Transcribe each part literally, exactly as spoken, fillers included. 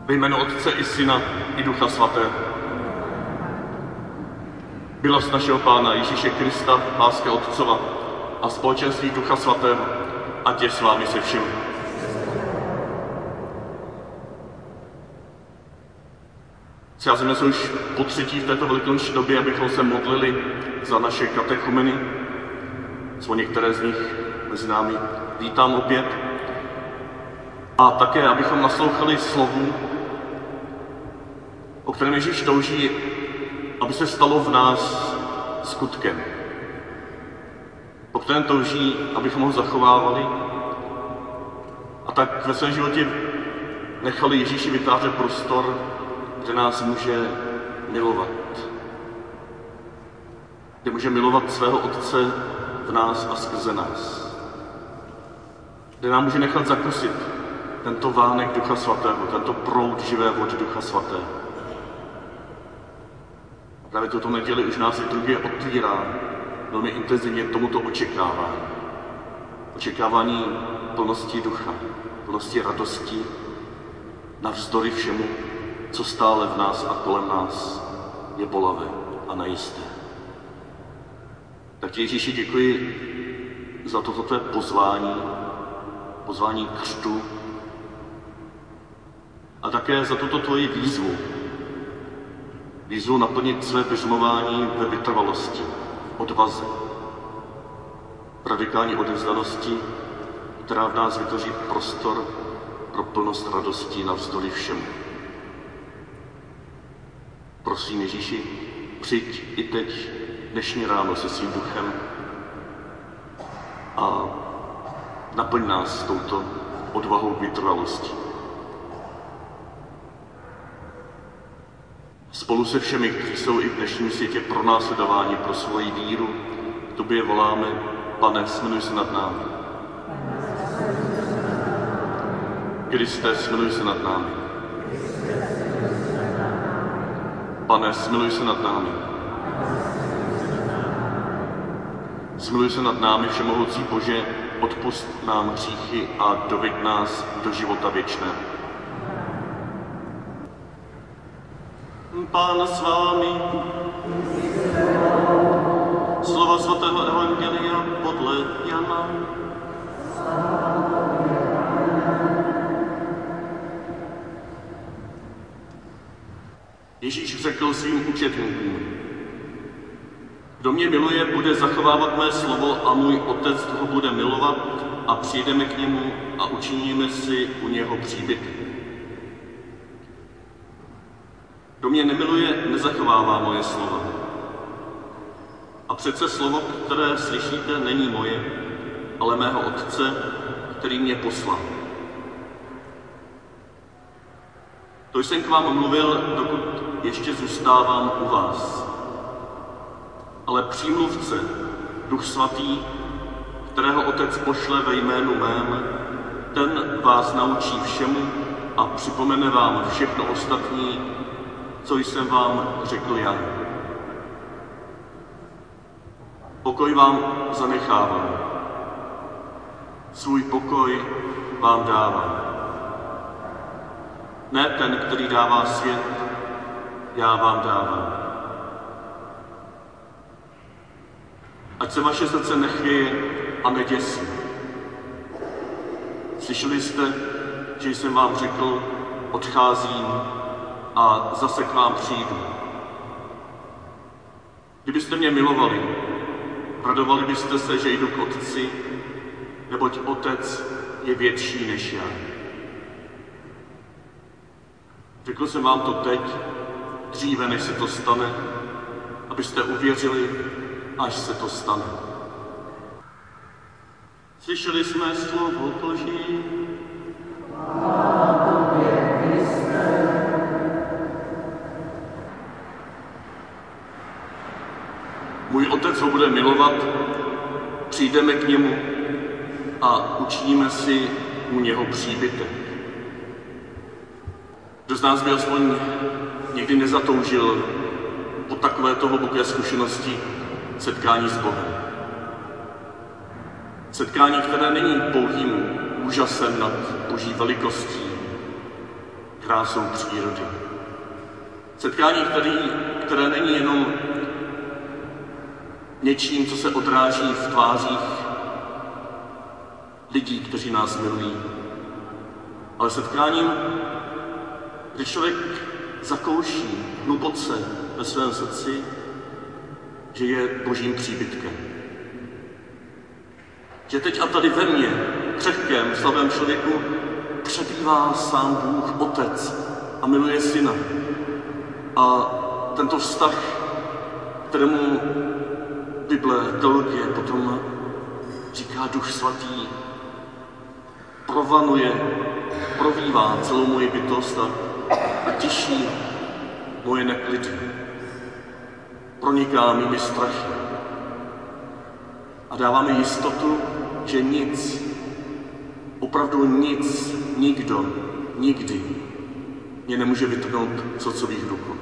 Ve jménu Otce i Syna i Ducha Svatého. Milost našeho Pána Ježíše Krista, láska Otcova a společenství Ducha Svatého, ať je s vámi se všemi. Scházíme se už po třetí v této velikonoční době, abychom se modlili za naše katechumeny. Jsou některé z nich mezi námi. Vítám opět. A také, abychom naslouchali slovu, o kterém Ježíš touží, aby se stalo v nás skutkem. O kterém touží, abychom ho zachovávali a tak ve svém životě nechali Ježíši vytvářet prostor, kde nás může milovat. Kde může milovat svého Otce v nás a skrze nás. Kde nám může nechat zakusit tento vánek Ducha Svatého, tento proud živé vody Ducha Svatého. Právě tuto neděli už nás liturgie otvírá velmi intenzivně tomuto očekávání. Očekávání plnosti ducha, plnosti radosti, navzdory všemu, co stále v nás a kolem nás je bolavé a nejisté. Tak ti, Ježíši, děkuji za toto tvé pozvání, pozvání k křtu a také za tuto tvoji výzvu. Výzvu naplnit své běžmování ve vytrvalosti, odvaze, radikální odevzdanosti, která v nás vytvoří prostor pro plnost radosti navzdory všemu. Prosím, Ježíši, přijď i teď, dnešní ráno se svým duchem a naplň nás touto odvahou vytrvalosti. Spolu se všemi, kteří jsou i v dnešním světě pronásledováni pro svoji víru, k tobě voláme: Pane, smiluj se nad námi. Kriste, smiluj se nad námi. Pane, smiluj se nad námi. Smiluj se nad námi, všemohoucí Bože, odpusť nám hříchy a doveď nás do života věčného. Pán s vámi. Slova svatého evangelia podle Jana. Ježíš řekl svým učedníkům: Kdo mě miluje, bude zachovávat mé slovo a můj Otec ho bude milovat a přijdeme k němu a učiníme si u něho příbytek. Kdo mě nemiluje, nezachovává moje slova. A přece slovo, které slyšíte, není moje, ale mého Otce, který mě poslal. To jsem k vám mluvil, dokud ještě zůstávám u vás. Ale přímluvce, Duch Svatý, kterého Otec pošle ve jménu mém, ten vás naučí všemu a připomene vám všechno ostatní, co jsem vám řekl já. Pokoj vám zanechávám. Svůj pokoj vám dávám. Ne ten, který dává svět, já vám dávám. Ať se vaše srdce nechvěje a neděsí. Slyšeli jste, že jsem vám řekl: odcházím a zase k vám přijdu. Kdybyste mě milovali, radovali byste se, že jdu k Otci, neboť Otec je větší než já. Řekl jsem vám to teď, dříve než se to stane, abyste uvěřili, až se to stane. Slyšeli jsme slovo Boží. Můj Otec ho bude milovat, přijdeme k němu a učiníme si u něho příbytek. Kdo z nás by aspoň někdy nezatoužil po takovéto hluboké zkušenosti setkání s Bohem? Setkání, které není pouhým úžasem nad Boží velikostí, krásou přírody. Setkání, který, které není jenom něčím, co se odráží v tvářích lidí, kteří nás milují, ale setkáním, kdy člověk zakouší hluboce ve svém srdci, že je Božím příbytkem. Že teď a tady ve mně, křehkém, slabém člověku, přebývá sám Bůh Otec a miluje Syna. A tento vztah, kterému Bible, teologie potom říká Duch Svatý, provanuje, provívá celou moji bytost a těší moje neklidy. Proniká mými strachy a dává mi jistotu, že nic, opravdu nic, nikdo, nikdy mě nemůže vytrhnout z Otcových rukou.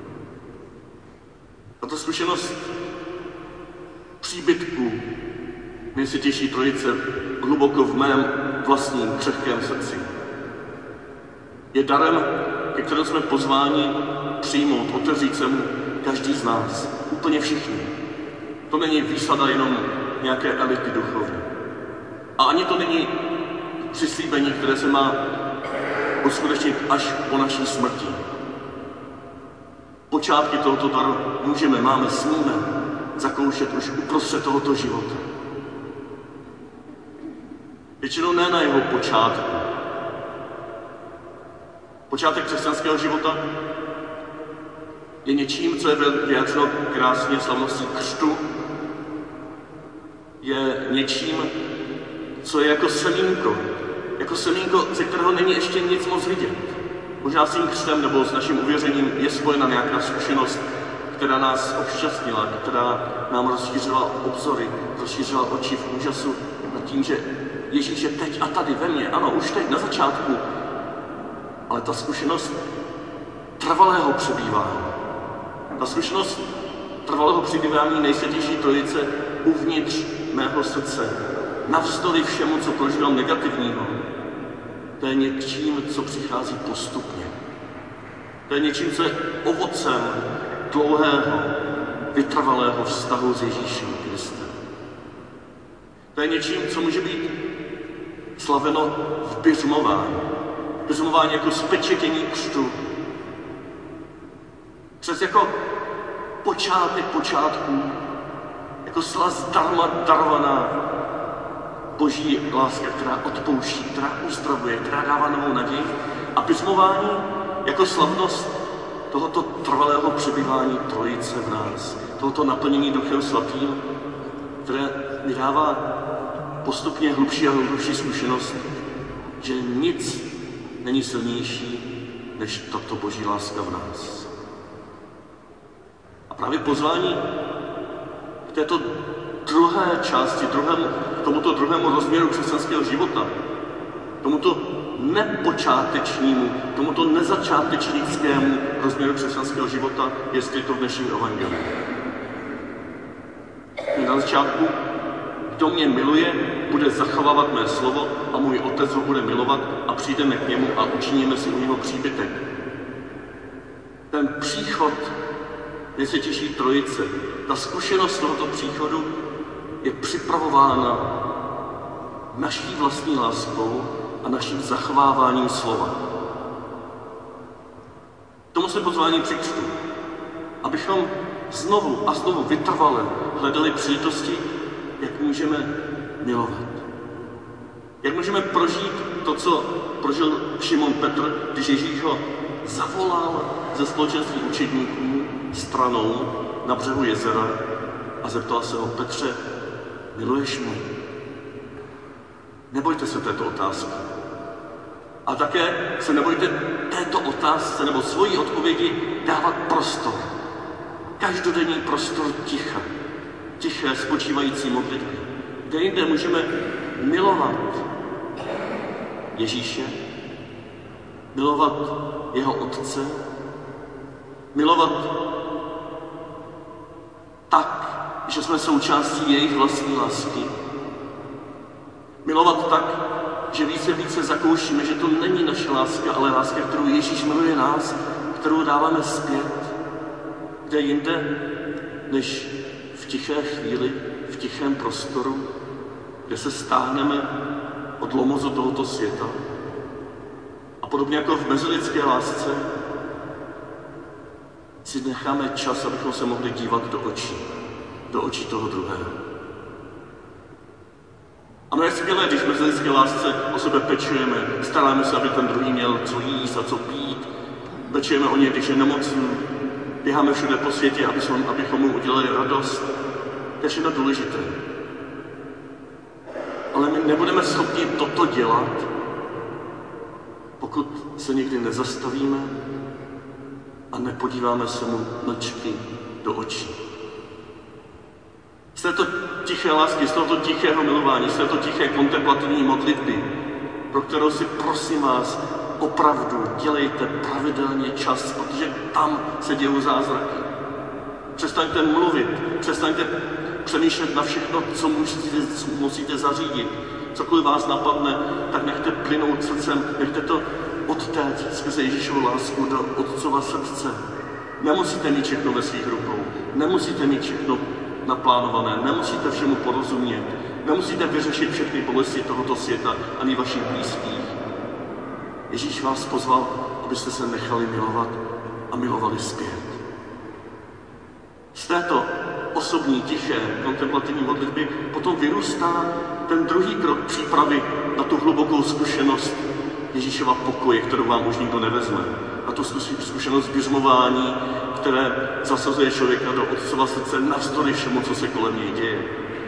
Tato zkušenost příbytku Nejsvětější Trojice hluboko v mém vlastním křehkém srdci je darem, ke kterému jsme pozváni přijmout, otevřít se mu každý z nás, úplně všichni. To není výsada jenom nějaké elity duchovní. A ani to není přislíbení, které se má uskutečnit až po naší smrti. Počátky tohoto daru můžeme, máme, smíme zakoušet už uprostřed tohoto života. Většinou ne na jeho počátku. Počátek křesťanského života je něčím, co je vyjádřeno krásně slavností křtu. Je něčím, co je jako semínko. Jako semínko, ze kterého není ještě nic moc vidět. Možná s tím křtem nebo s naším uvěřením je spojena nějaká zkušenost, která nás obšťastnila, která nám rozšířila obzory, rozšířila oči v úžasu nad tím, že Ježíš je teď a tady ve mně. Ano, už teď, na začátku. Ale ta zkušenost trvalého přebývání, ta zkušenost trvalého přebývání Nejsvětější Trojice uvnitř mého srdce, navzdory všemu, co prožívám negativního, to je něčím, co přichází postupně. To je něčím, co je ovocem dlouhého, vytrvalého vztahu s Ježíšem Kristem. To je něčím, co může být slaveno v biřmování. Biřmování jako spečetění křtu. Přes jako počátek počátků, jako zcela zdarma darovaná Boží láska, která odpouští, která uzdravuje, která dává novou naději. A biřmování jako slavnost tohoto trvalého přebývání Trojice v nás, tohoto naplnění Duchem Svatým, které mi dává postupně hlubší a hlubší zkušenost, že nic není silnější než tato Boží láska v nás. A právě pozvání k této druhé části, druhému, tomuto druhému rozměru křesťanského života, tomuto nepočátečnímu, tomuto nezačátečnickému rozměru křesťanského života je skryto v dnešním evangeliu. Na začátku, kdo mě miluje, bude zachovávat mé slovo a můj Otec ho bude milovat a přijdeme k němu a učiníme si u něho příbytek. Ten příchod Nejsvětější Trojice, ta zkušenost tohoto příchodu je připravována naší vlastní láskou a naším zachováváním slova. Tomu jsme pozváni při křtu, abychom znovu a znovu vytrvale hledali příležitosti, jak můžeme milovat. Jak můžeme prožít to, co prožil Šimon Petr, když Ježíš ho zavolal ze společenství učedníků stranou na břehu jezera a zeptal se ho: Petře, miluješ mě? Nebojte se této otázky. A také se nebojte této otázce nebo svojí odpovědi dávat prostor. Každodenní prostor ticha. Tiché spočívající modlitby. Kde jinde můžeme milovat Ježíše, milovat jeho Otce, milovat tak, že jsme součástí jejich vlastní lásky, milovat tak, že více více zakoušíme, že to není naše láska, ale láska, kterou Ježíš miluje nás, kterou dáváme zpět, kde jinde, než v tiché chvíli, v tichém prostoru, kde se stáhneme od lomozu tohoto světa. A podobně jako v mezilidské lásce si necháme čas, abychom se mohli dívat do očí, do očí toho druhého. Ano, je skvělé, když v mezilidské lásce o sebe pečujeme, staráme se, aby ten druhý měl co jíst a co pít, pečujeme o něj, když je nemocný, běháme všude po světě, abychom, abychom mu udělali radost. To je všechno důležité. Ale my nebudeme schopni toto dělat, pokud se někdy nezastavíme a nepodíváme se mu mlčky do očí. Z této tiché lásky, z tohoto tichého milování, z této tiché kontemplativní modlitby, pro kterou si prosím vás opravdu dělejte pravidelně čas, protože tam se dějí zázraky. Přestaňte mluvit, přestaňte přemýšlet na všechno, co musíte, co musíte zařídit. Cokoliv vás napadne, tak nechte plynout srdcem, nechte to odtéct skrze Ježíšovu lásku do Otcova srdce. Nemusíte mít všechno ve svých rukou, nemusíte mít všechno naplánované, nemusíte všemu porozumět, nemusíte vyřešit všechny bolesti tohoto světa ani vašich blízkých. Ježíš vás pozval, abyste se nechali milovat a milovali zpět. Z této osobní, tiché, kontemplativní modlitby potom vyrůstá ten druhý krok přípravy na tu hlubokou zkušenost Ježíšova pokoje, kterou vám už nikdo nevezme. Na tu zkušenost běžmování, které zasazuje člověka do Otcova srdce navzdory všemu, co se kolem něj děje.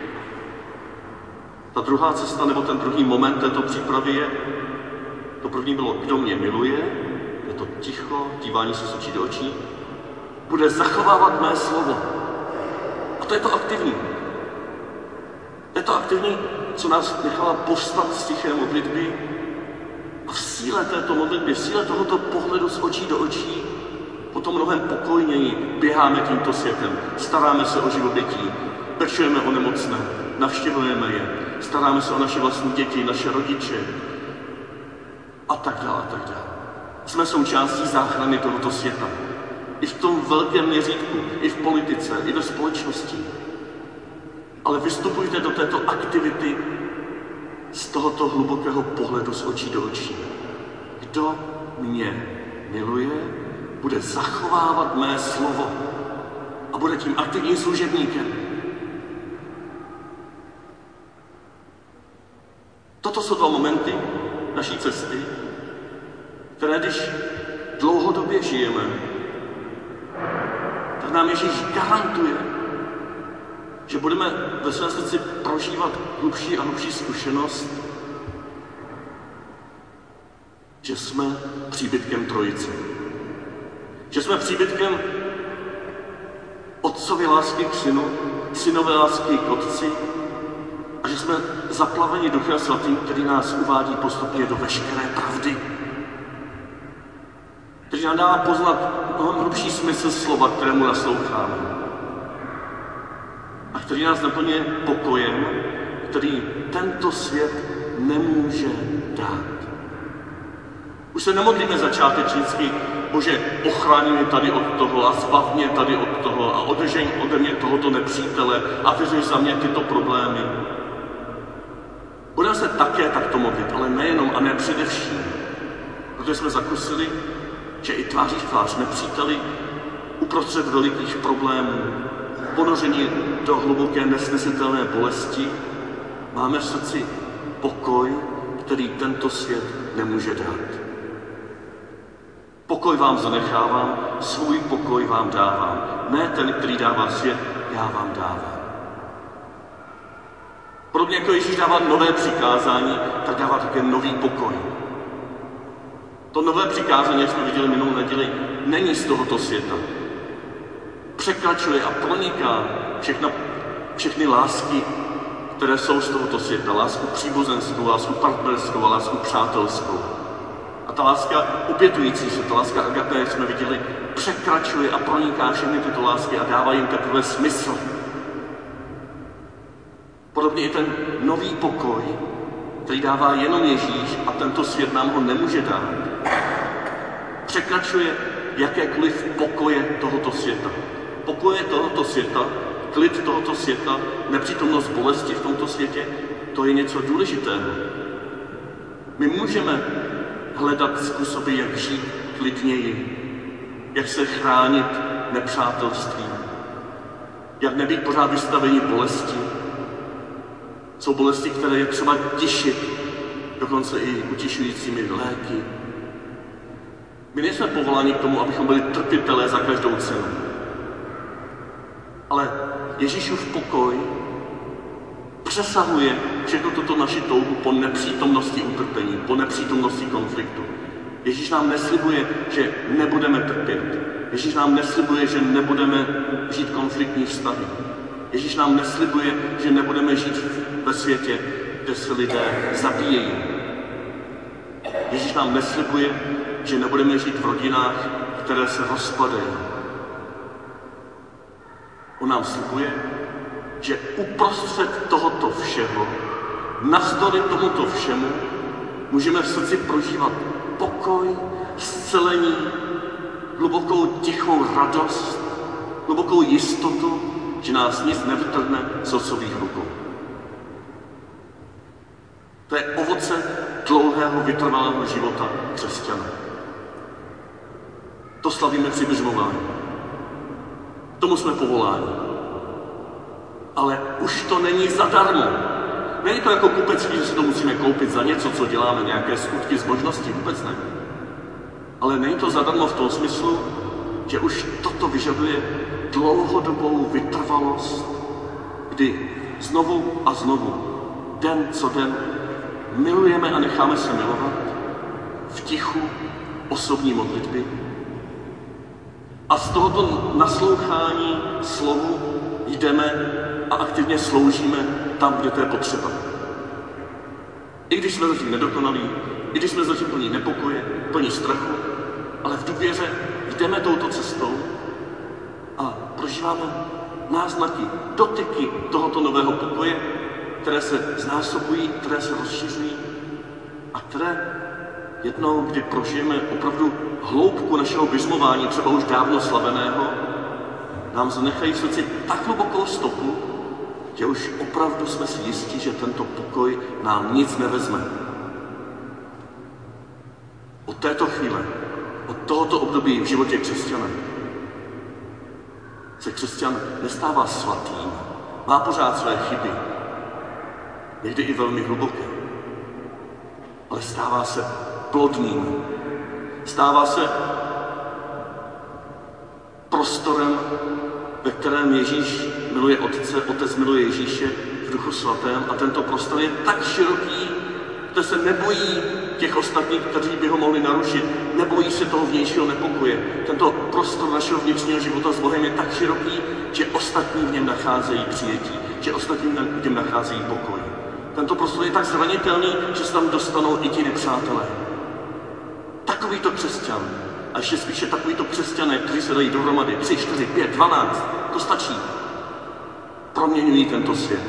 Ta druhá cesta, nebo ten druhý moment této přípravy je, to první bylo, kdo mě miluje, je to ticho, dívání se z očí do očí, bude zachovávat mé slovo. A to je to aktivní. To je to aktivní, co nás nechává povstat z tiché modlitby a v síle této modlitby, v síle tohoto pohledu z očí do očí, potom mnohem pokojněji běháme tímto světem, staráme se o živobytí, pečujeme o nemocné, navštěvujeme je, staráme se o naše vlastní děti, naše rodiče a tak dále, a tak dále. Jsme součástí záchrany tohoto světa. I v tom velkém měřítku, i v politice, i ve společnosti. Ale vystupujte do této aktivity z tohoto hlubokého pohledu z očí do očí. Kdo mě miluje, bude zachovávat mé slovo a bude tím aktivním služebníkem. Toto jsou dva momenty naší cesty, které když dlouhodobě žijeme, tak nám Ježíš garantuje, že budeme ve svém srdci prožívat hlubší a hlubší zkušenost, že jsme příbytkem Trojice. Že jsme příbytkem Otcovy lásky k Synu, Synové lásky k Otci a že jsme zaplaveni Duchem Svatým, který nás uvádí postupně do veškeré pravdy. Který nám dává poznat mnohem hlubší smysl slova, kterému nasloucháme. A který nás naplňuje pokojem, který tento svět nemůže dát. Už se nemodlíme začátečnicky, Bože, ochraň mě tady od toho a zbav mě tady od toho a održeň ode mě tohoto nepřítele a vyřeš za mě tyto problémy. Budeme se také takto modlit, ale nejenom a ne především. Protože jsme zakusili, že i tváří v tvář nepříteli uprostřed velikých problémů, ponoření do hluboké nesnesitelné bolesti, máme v srdci pokoj, který tento svět nemůže dát. Pokoj vám zanechávám, svůj pokoj vám dávám. Ne ten, který dává svět, já vám dávám. Podobně jako Ježíš dává nové přikázání, tak dává také nový pokoj. To nové přikázání, jak jsme viděli minulou neděli, není z tohoto světa. Překračuje a proniká všechna, všechny lásky, které jsou z tohoto světa. Lásku příbuzenskou, lásku partnerskou a lásku přátelskou. A ta láska opětující se, ta láska agape, jak jsme viděli, překračuje a proniká všechny tyto lásky a dává jim teprve smysl. Podobně i ten nový pokoj, který dává jenom Ježíš a tento svět nám ho nemůže dát. Překračuje jakékoliv pokoje tohoto světa. Pokoje tohoto světa, klid tohoto světa, nepřítomnost bolesti v tomto světě, to je něco důležitého. My můžeme hledat způsoby, jak žít klidněji, jak se chránit nepřátelstvím, jak nebýt pořád vystaveni bolesti. Jsou bolesti, které je třeba těšit, dokonce i utišujícími léky. My nejsme povoláni k tomu, abychom byli trpitelé za každou cenu. Ale Ježíšův pokoj přesahuje všechno toto naši touhu po nepřítomnosti utrpení, po nepřítomnosti konfliktu. Ježíš nám neslibuje, že nebudeme trpět. Ježíš nám neslibuje, že nebudeme žít konfliktní vztahy. Ježíš nám neslibuje, že nebudeme žít ve světě, kde se lidé zabíjejí. Ježíš nám neslibuje, že nebudeme žít v rodinách, které se rozpadají. On nám slibuje, že uprostřed tohoto všeho, navzdory tomuto všemu, můžeme v srdci prožívat pokoj, zcelení, hlubokou tichou radost, hlubokou jistotu, že nás nic nevytrhne z otcových rukou. To je ovoce dlouhého vytrvalého života křesťana. To slavíme při běžmování. Tomu jsme povoláni. Ale už to není zadarmo. Není to jako kupectví, že si to musíme koupit za něco, co děláme, nějaké skutky zbožnosti, vůbec ne. Ale není to zadarmo v tom smyslu, že už toto vyžaduje dlouhodobou vytrvalost, kdy znovu a znovu, den co den, milujeme a necháme se milovat v tichu osobní modlitby. A z tohoto naslouchání slovu jdeme a aktivně sloužíme tam, kde to je potřeba. I když jsme zatím nedokonalí, i když jsme zatím plní nepokoje, plní strachu, ale v důvěře jdeme touto cestou a prožíváme náznaky, dotyky tohoto nového pokoje, které se znásobují, které se rozšiřují a které jednou, kdy prožijeme opravdu hloubku našeho běžmování, třeba už dávno slaveného, nám zanechají v srdci tak hlubokou stopu, že už opravdu jsme si jistí, že tento pokoj nám nic nevezme. Od této chvíle, od tohoto období v životě křesťana, se křesťan nestává svatým, má pořád své chyby, někdy i velmi hluboké, ale stává se plodným, stává se prostorem, ve kterém Ježíš miluje Otce, Otec miluje Ježíše v Duchu Svatém a tento prostor je tak široký, že se nebojí těch ostatních, kteří by ho mohli narušit, nebojí se toho vnějšího nepokoje. Tento prostor našeho vnitřního života s Bohem je tak široký, že ostatní v něm nacházejí přijetí, že ostatní v něm nacházejí pokoj. Tento prostor je tak zranitelný, že se tam dostanou i ti nepřátelé. Takovýto křesťan, a ještě spíše takovýto křesťané, kteří se dají dohromady, tři, čtyři, pět, dvanáct, to stačí. Proměňují tento svět.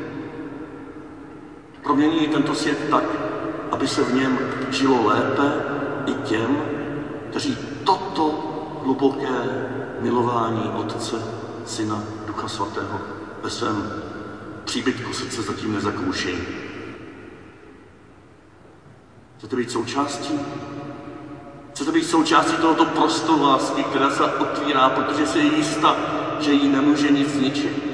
Proměňují tento svět tak, aby se v něm žilo lépe i těm, kteří toto hluboké milování Otce, Syna, Ducha Svatého ve svém příbytku srdce zatím nezakoušejí. Chcete být součástí? Chcete být součástí tohoto prostoru lásky, která se otvírá, protože se je jistá, že jí nemůže nic zničit.